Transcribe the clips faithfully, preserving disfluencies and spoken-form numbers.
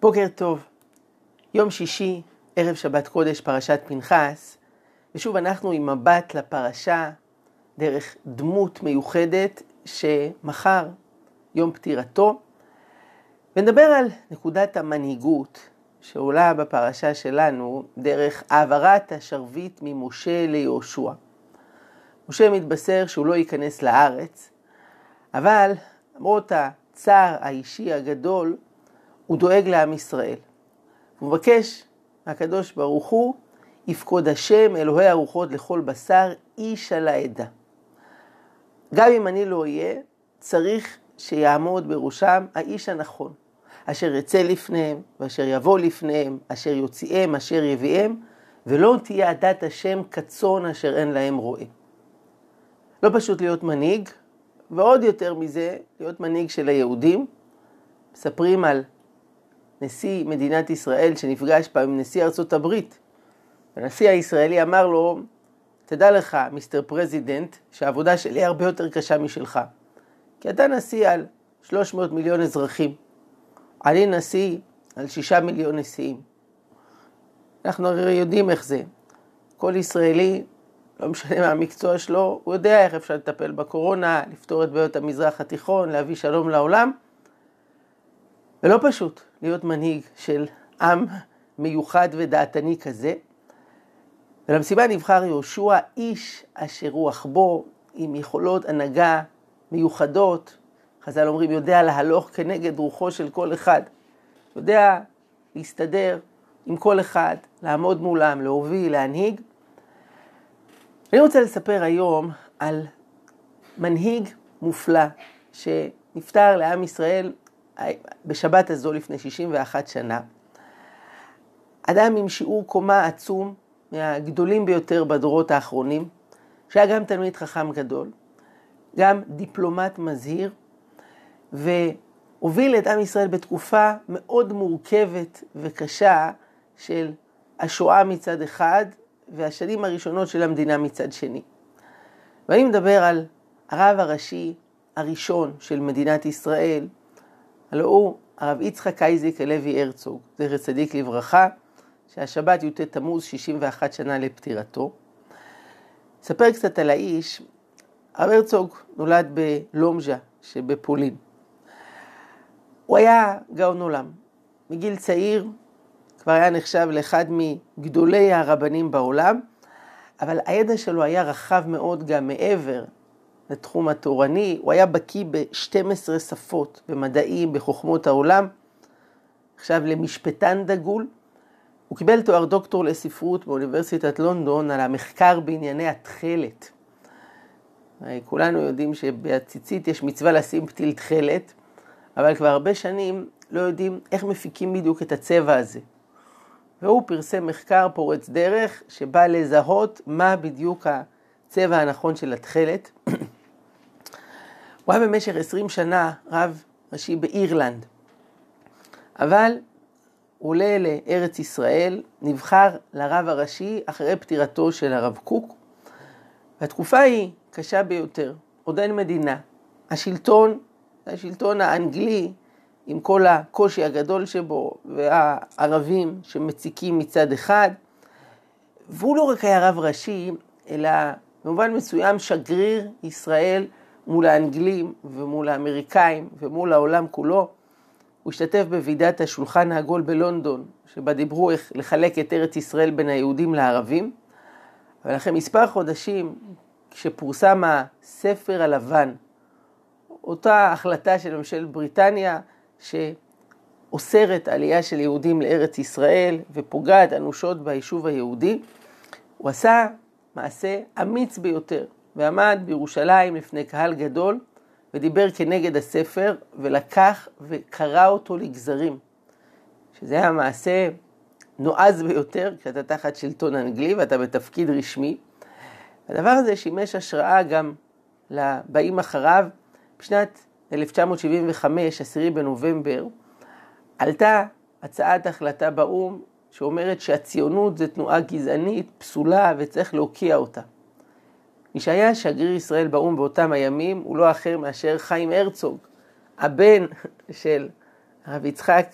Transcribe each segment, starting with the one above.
בוקר טוב, יום שישי, ערב שבת קודש, פרשת פנחס, ושוב אנחנו עם מבט לפרשה דרך דמות מיוחדת שמחר יום פטירתו, ונדבר על נקודת המנהיגות שעולה בפרשה שלנו דרך העברת השרביט ממשה ליהושע. משה מתבשר שהוא לא ייכנס לארץ, אבל למרות הצער האישי הגדול, הוא דואג לעם ישראל. הוא מבקש מהקדוש ברוך הוא, יפקוד השם אלוהי הרוחות לכל בשר, איש על העדה. גם אם אני לא אהיה, צריך שיעמוד בראשם האיש הנכון, אשר יצא לפניהם, ואשר יבוא לפניהם, אשר יוציאם, אשר יביאם, ולא תהיה עדת השם כצאן אשר אין להם רועה. לא פשוט להיות מנהיג, ועוד יותר מזה, להיות מנהיג של היהודים. מספרים על נשיא מדינת ישראל שנפגש פעם עם נשיא ארצות הברית. הנשיא הישראלי אמר לו, תדע לך, מיסטר פרזידנט, שהעבודה שלי הרבה יותר קשה משלך. כי אתה נשיא על שלוש מאות מיליון אזרחים. אני נשיא על שישה מיליון נשיאים. אנחנו הרי יודעים איך זה. כל ישראלי, לא משנה מה המקצוע שלו, הוא יודע איך אפשר לטפל בקורונה, לפתור את בעיות המזרח התיכון, להביא שלום לעולם. ולא פשוט להיות מנהיג של עם מיוחד ודעתני כזה. ולמסיבה נבחר יהושע, איש אשר רוח בו, עם יכולות הנהגה מיוחדות. חז"ל אומרים, יודע להלוך כנגד רוחו של כל אחד. יודע להסתדר עם כל אחד, לעמוד מולם, להוביל, להנהיג. אני רוצה לספר היום על מנהיג מופלא שנפטר לעם ישראל בשבת הזו לפני שישים ואחת שנה. אדם עם שיעור קומה עצום, מהגדולים ביותר בדורות האחרונים, שהיה גם תלמיד חכם גדול, גם דיפלומט מזהיר, והוביל את עם ישראל בתקופה מאוד מורכבת וקשה של השואה מצד אחד, והשנים הראשונות של המדינה מצד שני. ואני מדבר על הרב הראשי הראשון של מדינת ישראל, הלוא הוא הרב יצחק אייזיק הלוי הרצוג, זכר צדיק לברכה, שהשבת י"ט תמוז שישים ואחת שנה לפטירתו. אספר קצת על האיש. הרב הרצוג נולד בלומז'ה שבפולין. הוא היה גאון עולם. מגיל צעיר כבר היה נחשב לאחד מגדולי הרבנים בעולם, אבל הידע שלו היה רחב מאוד גם מעבר לתחום התורני. הוא היה בקיא ב-שתים עשרה שפות, במדעים, בחוכמות העולם. עכשיו למשפטן דגול. הוא קיבל תואר דוקטור לספרות באוניברסיטת לונדון על המחקר בענייני התכלת. כולנו יודעים שבציצית יש מצווה לשים פתיל תכלת, אבל כבר הרבה שנים לא יודעים איך מפיקים בדיוק את הצבע הזה. והוא פרסם מחקר פורץ דרך שבא לזהות מה בדיוק הצבע הנכון של התכלת. הוא היה במשך עשרים שנה רב ראשי באירלנד. אבל הוא עולה לארץ ישראל, נבחר לרב הראשי אחרי פטירתו של הרב קוק. והתקופה היא קשה ביותר. עוד אין מדינה. השלטון, השלטון האנגלי, עם כל הקושי הגדול שבו, והערבים שמציקים מצד אחד. והוא לא רק היה רב ראשי, אלא במובן מסוים שגריר ישראל מול האנגלים ומול האמריקאים ומול העולם כולו. הוא השתתף בוועידת השולחן העגול בלונדון, שבה דיברו איך לחלק את ארץ ישראל בין היהודים לערבים. אבל אחרי מספר חודשים, כשפורסם הספר הלבן, אותה החלטה של ממשלת בריטניה, שאוסרת עלייה של יהודים לארץ ישראל, ופוגעת אנושות ביישוב היהודי, הוא עשה מעשה אמיץ ביותר, ועמד בירושלים לפני קהל גדול, ודיבר כנגד הספר, ולקח וקרא אותו לגזרים. שזה היה מעשה נועז ביותר, כשאתה תחת שלטון אנגלי, ואתה בתפקיד רשמי. הדבר הזה שימש השראה גם לבאים אחריו. בשנת אלף תשע מאות שבעים וחמש, עשירי בנובמבר, עלתה הצעת החלטה באום, שאומרת שהציונות זה תנועה גזענית, פסולה, וצריך להוקיע אותה. מי שהיה שגריר ישראל באום באותם הימים, הוא לא אחר מאשר חיים הרצוג, הבן של הרב יצחק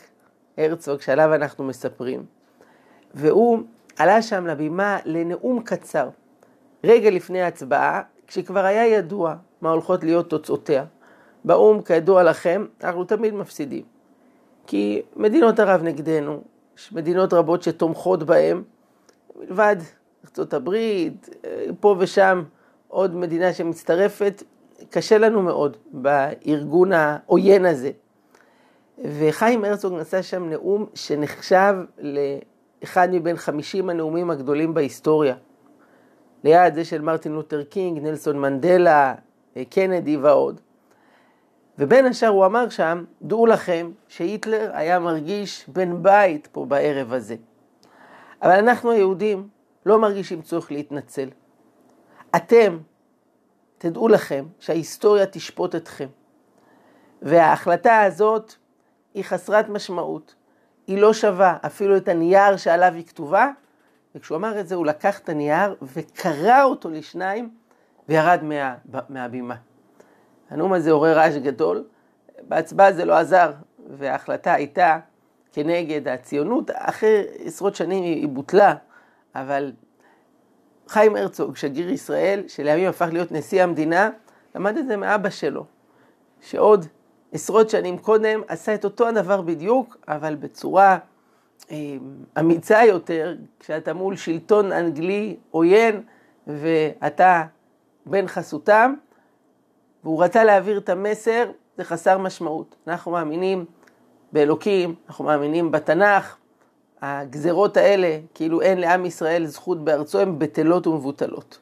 הרצוג, שעליו אנחנו מספרים. והוא עלה שם לבימה לנאום קצר, רגע לפני ההצבעה, כשכבר היה ידוע מה הולכות להיות תוצאותיה. באום, כידוע לכם, אנחנו תמיד מפסידים. כי מדינות ערב נגדנו, יש מדינות רבות שתומכות בהם, מלבד ארצות הברית, פה ושם עוד מדינה שמצטרפת, קשה לנו מאוד בארגון העוין הזה. וחיים הרצוג נשא שם נאום שנחשב לאחד מבין חמישים הנאומים הגדולים בהיסטוריה. ליד זה של מרטין לותר קינג, נלסון מנדלה, קנדי ועוד. ובין השאר הוא אמר שם, דעו לכם שהיטלר היה מרגיש בן בית פה בערב הזה. אבל אנחנו היהודים לא מרגישים צורך להתנצל. אתם, תדעו לכם שההיסטוריה תשפוט אתכם. וההחלטה הזאת היא חסרת משמעות. היא לא שווה אפילו את הנייר שעליו היא כתובה. וכשהוא אמר את זה הוא לקח את הנייר וקרע אותו לשניים וירד מה, מהבימה. הנאום הזה עורר רעש גדול. בהצבעה זה לא עזר וההחלטה הייתה כנגד הציונות. אחרי עשרות שנים היא בוטלה, אבל חיים הרצוג, שגריר ישראל, שלימים הפך להיות נשיא המדינה, למד את זה מאבא שלו, שעוד עשרות שנים קודם עשה את אותו הדבר בדיוק, אבל בצורה אה, אמיצה יותר, כשאתה מול שלטון אנגלי עוין, ואתה בן חסותם, והוא רצה להעביר את המסר, זה חסר משמעות. אנחנו מאמינים באלוקים, אנחנו מאמינים בתנ"ך, הגזרות האלה, כאילו אין לעם ישראל זכות בארצו, הן בטלות ומבוטלות.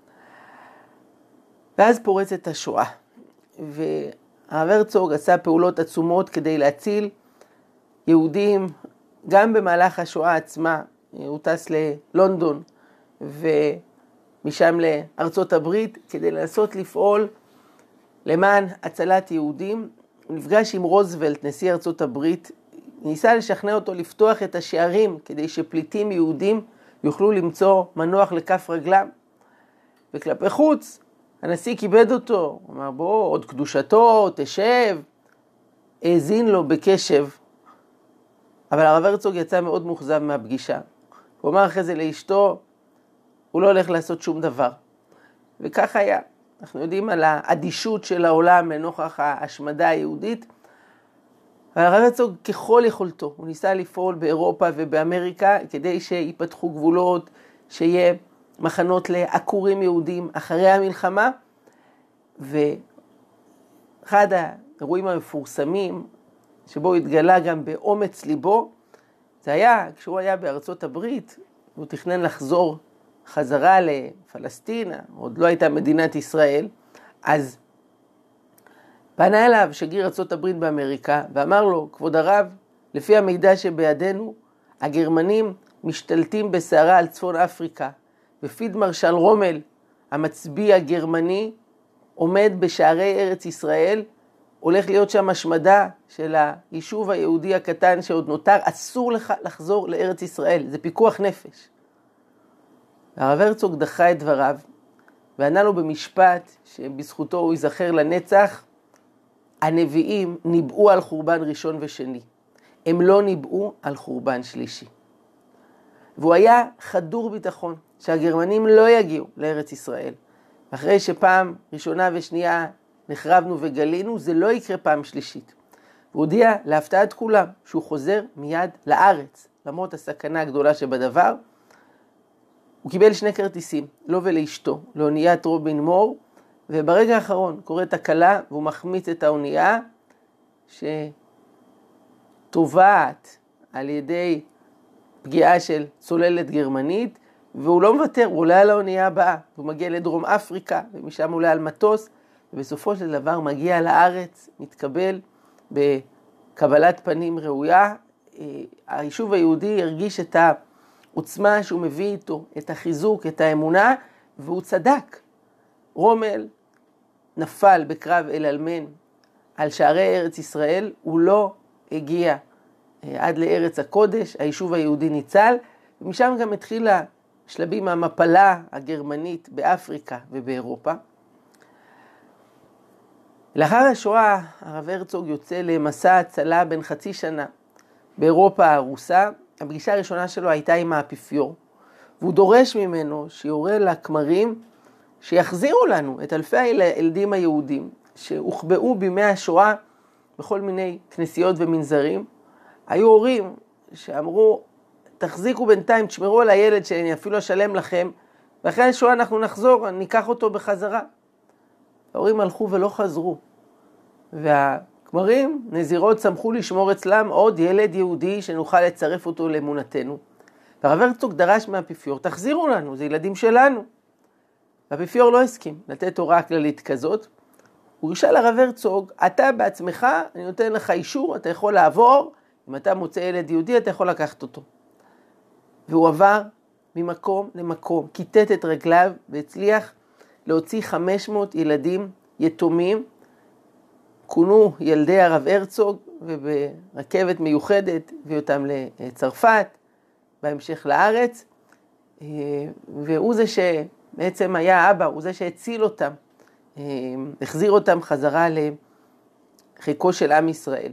ואז פורצת השואה, והרב הרצוג עשה פעולות עצומות כדי להציל יהודים, גם במהלך השואה עצמה. הוא טס ללונדון ומשם לארצות הברית כדי לנסות לפעול למען הצלת יהודים. הוא נפגש עם רוזוולט, נשיא ארצות הברית, ניסה לשכנע אותו לפתוח את השערים כדי שפליטים יהודים יוכלו למצוא מנוח לכף רגלם. וכלפי חוץ, הנשיא כיבד אותו, הוא אמר בוא, עוד קדושתו, תשב, האזין לו בקשב. אבל הרב הרצוג יצא מאוד מוחזב מהפגישה. הוא אמר אחרי זה לאשתו, הוא לא הולך לעשות שום דבר. וכך היה. אנחנו יודעים על האדישות של העולם לנוכח ההשמדה היהודית, אבל הרב הרצוג ככל יכולתו, הוא ניסה לפעול באירופה ובאמריקה כדי שיפתחו גבולות, שיהיה מחנות לעקורים יהודים אחרי המלחמה. ואחד האירועים המפורסמים שבו הוא התגלה גם באומץ ליבו, זה היה כשהוא היה בארצות הברית, הוא תכנן לחזור חזרה לפלסטינה, עוד לא הייתה מדינת ישראל, אז פנה אליו שגריר ארצות הברית באמריקה ואמר לו, כבוד הרב, לפי המידע שבידינו, הגרמנים משתלטים בסערה על צפון אפריקה, ופיד מרשל רומל, המצביא הגרמני, עומד בשערי ארץ ישראל, הולך להיות שם השמדה של היישוב היהודי הקטן שעוד נותר, אסור לך לחזור לארץ ישראל, זה פיקוח נפש. הרב הרצוג דחה את דבריו, וענה לו במשפט שבזכותו הוא ייזכר לנצח, הנביאים ניבאו על חורבן ראשון ושני, הם לא ניבאו על חורבן שלישי. והוא היה חדור ביטחון שהגרמנים לא יגיעו לארץ ישראל. אחרי שפעם ראשונה ושנייה נחרבנו וגלינו, זה לא יקרה פעם שלישית. הוא הודיע להפתעת כולם שהוא חוזר מיד לארץ, למרות הסכנה הגדולה שבדבר. הוא קיבל שני כרטיסים, לו ולאשתו, לאוניית רובין מור, וברגע האחרון קורית תקלה והוא מחמיץ את האונייה שטובעת על ידי פגיעה של צוללת גרמנית, והוא לא מוותר, הוא עולה על האונייה הבאה, הוא מגיע לדרום אפריקה ומשם עולה על מטוס, ובסופו של דבר מגיע לארץ, מתקבל בקבלת פנים ראויה. היישוב היהודי הרגיש את העוצמה שהוא מביא איתו, את החיזוק, את האמונה, והוא צדק. רומל נפל בקרב אל אלמן על שערי ארץ ישראל, הוא לא הגיע עד לארץ הקודש, היישוב היהודי ניצל, ומשם גם התחילה שלבים המפלה הגרמנית באפריקה ובאירופה. לאחר השואה הרב הרצוג יוצא למסע הצלה בן חצי שנה באירופה הרוסה. הפגישה הראשונה שלו הייתה עם האפיפיור, והוא דורש ממנו שיורה לכמרים שיחזירו לנו את אלפי הילדים היהודים שהוחבאו בימי השואה בכל מיני כנסיות ומנזרים. היו הורים שאמרו, תחזיקו בינתיים, תשמרו על הילד שאני אפילו אשלם לכם, ואחרי השואה אנחנו נחזור, ניקח אותו בחזרה. ההורים הלכו ולא חזרו, והכמרים, נזירות, שמחו לשמור אצלם עוד ילד יהודי שנוכל לצרף אותו לאמונתנו. והרב הרצוג דרש מהאפיפיור, תחזירו לנו, זה ילדים שלנו. והאפיפיור לא הסכים לתת הוראה כללית כזאת. הוא הרשה לרב הרצוג, אתה בעצמך, אני נותן לך אישור, אתה יכול לעבור, אם אתה מוצא ילד יהודי, אתה יכול לקחת אותו. והוא עבר ממקום למקום, כיתת את רגליו, והצליח להוציא חמש מאות ילדים יתומים, כונו ילדי הרב הרצוג, וברכבת מיוחדת הביא אותם לצרפת, בהמשך לארץ, והוא זה שבעצם היה האבא, הוא זה שהציל אותם, החזיר אותם חזרה לחיקו של עם ישראל.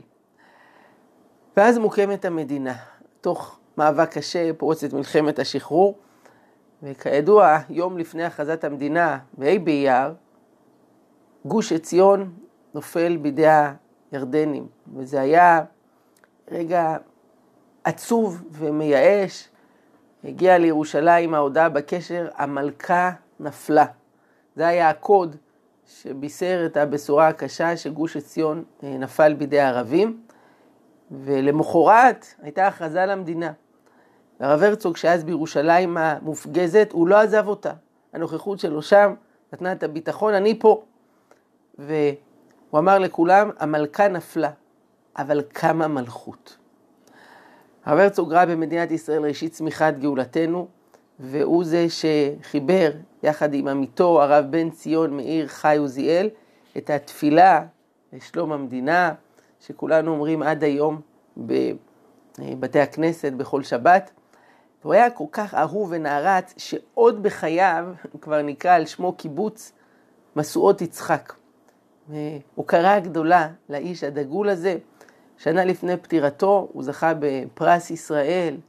ואז מוקמת המדינה, תוך מאבק קשה, פורצת מלחמת השחרור, וכידוע, יום לפני הכרזת המדינה, בה' באייר, גוש עציון נופל בידי הירדנים, וזה היה רגע עצוב ומייאש. הגיע לירושלים ההודעה בקשר, המלכה נפלה. זה היה הקוד שבישר את הבשורה הקשה שגוש עציון נפל בידי הערבים, ולמחרת הייתה הכרזה למדינה. הרב הרצוג שאז בירושלים המופגזת, הוא לא עזב אותה. הנוכחות שלו שם נתנה את הביטחון, אני פה. והוא אמר לכולם, המלכה נפלה, אבל כמה מלכות. הרב הרצוג ראה במדינת ישראל ראשית צמיחת גאולתנו, והוא זה שחיבר יחד עם עמיתו הרב בן ציון מאיר חי עוזיאל את התפילה לשלום המדינה, שכולנו אומרים עד היום בבתי הכנסת בכל שבת. הוא היה כל כך אהוב ונערץ שעוד בחייו כבר נקרא על שמו קיבוץ משואות יצחק. הוקרה גדולה לאיש הדגול הזה. שנה לפני פטירתו הוא זכה בפרס ישראל,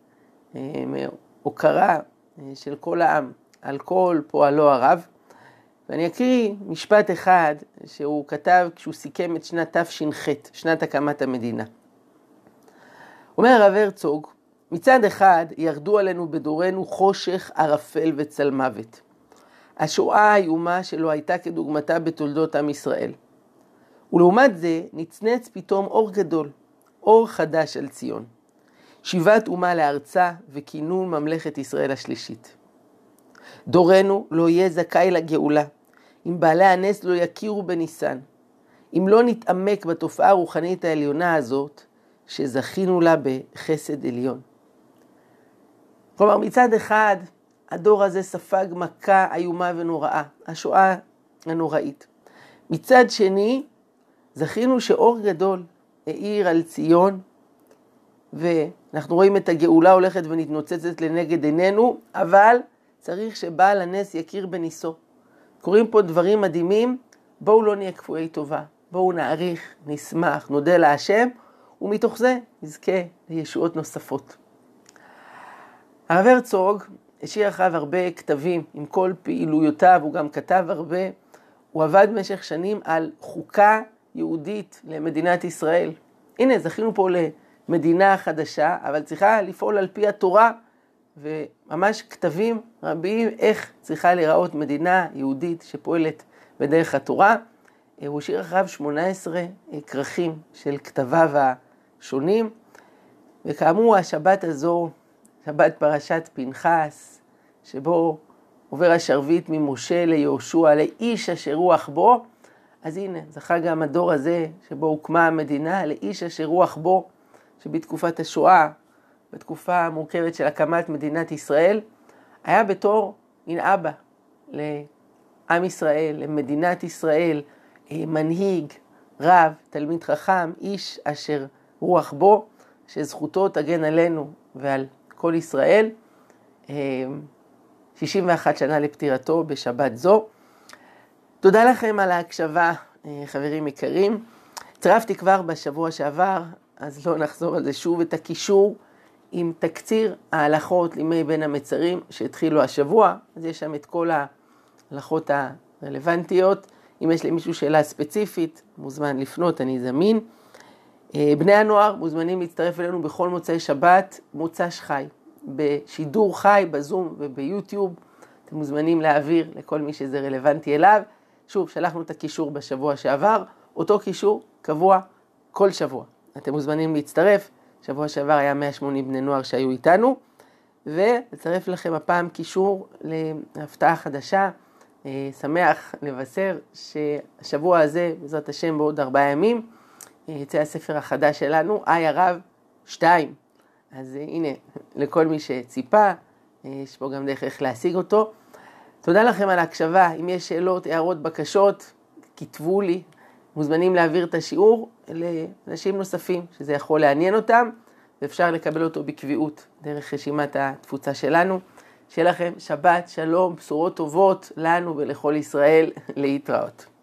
הוקרה של כל העם על כל פועלו הרב. ואני אקריא משפט אחד שהוא כתב כשהוא סיכם את שנת תש"ח, שנת הקמת המדינה. אומר הרב הרצוג, מצד אחד ירדו עלינו בדורנו חושך, ערפל וצל מוות. השואה האיומה שלא הייתה כדוגמתה בתולדות עם ישראל. ולעומת זה נצנץ פתאום אור גדול, אור חדש על ציון. שיבת אומה לארצה וכינון ממלכת ישראל השלישית. דורנו לא יהיה זכאי לגאולה, אם בעלי הנס לא יכירו בניסן, אם לא נתעמק בתופעה הרוחנית העליונה הזאת, שזכינו לה בחסד עליון. כלומר, מצד אחד, הדור הזה ספג מכה איומה ונוראה, השואה הנוראית. מצד שני, זכינו שאור גדול האיר על ציון, ואנחנו רואים את הגאולה הולכת ונתנוצצת לנגד עינינו, אבל צריך שבעל הנס יכיר בניסו. קוראים פה דברים מדהימים, בואו לא נהיה כפויי טובה, בואו נעריך, נשמח, נודה להשם, ומתוך זה נזכה לישועות נוספות. הרב הרצוג השאיר אחריו הרבה כתבים, עם כל פעילויותיו, הוא גם כתב הרבה, הוא עבד במשך שנים על חוקה יהודית למדינת ישראל. הנה, זכינו פה למדינה חדשה, אבל צריכה לפעול על פי התורה, וממש כתבים רבים איך צריכה להיראות מדינה יהודית שפועלת בדרך התורה. הוא השאיר אחריו שמונה עשרה כרכים של כתביו השונים, וכאמור השבת הזו, שבת פרשת פנחס, שבו עובר השרביט ממשה ליהושע, לאיש אשר רוח בו, אז הנה, זכה גם הדור הזה שבו הוקמה המדינה, לאיש אשר רוח בו, שבתקופת השואה, בתקופה המורכבת של הקמת מדינת ישראל, היה בתור אין אבא לעם ישראל, למדינת ישראל, מנהיג, רב, תלמיד חכם, איש אשר רוח בו, שזכותו תגן עלינו ועל כל ישראל. שישים ואחת שנה לפטירתו בשבת זו. תודה לכם על ההקשבה, חברים יקרים. צרפתי כבר בשבוע שעבר אז לא נחזור על זה שוב, את הקישור עם תקציר ההלכות לימי בין המצרים שהתחילו השבוע. אז יש שם את כל ההלכות הרלוונטיות. אם יש למישהו שאלה ספציפית, מוזמן לפנות, אני זמין. בני הנוער מוזמנים להצטרף אלינו בכל מוצאי שבת, מוצ"ש חי, בשידור חי, בזום וביוטיוב. אתם מוזמנים להעביר לכל מי שזה רלוונטי אליו. שוב, שלחנו את הקישור בשבוע שעבר, אותו קישור קבוע כל שבוע. אתם מוזמנים להצטרף, שבוע שעבר היה מאה ושמונים בני נוער שהיו איתנו, ולצרף לכם הפעם קישור להפתעה חדשה. שמח לבשר שהשבוע הזה, בעזרת השם בעוד ארבעה ימים, יצא הספר החדש שלנו, איי הרב שתיים. אז הנה, לכל מי שציפה, יש פה גם דרך איך להשיג אותו. תודה לכם על ההקשבה. אם יש שאלות, הערות, בקשות, כתבו לי. מוזמנים להעביר את השיעור לאנשים נוספים שזה יכול לעניין אותם, ואפשר לקבל אותו בקביעות דרך רשימת התפוצה שלנו. שיהיה לכם שבת, שלום, בשורות טובות לנו ולכל ישראל להתראות.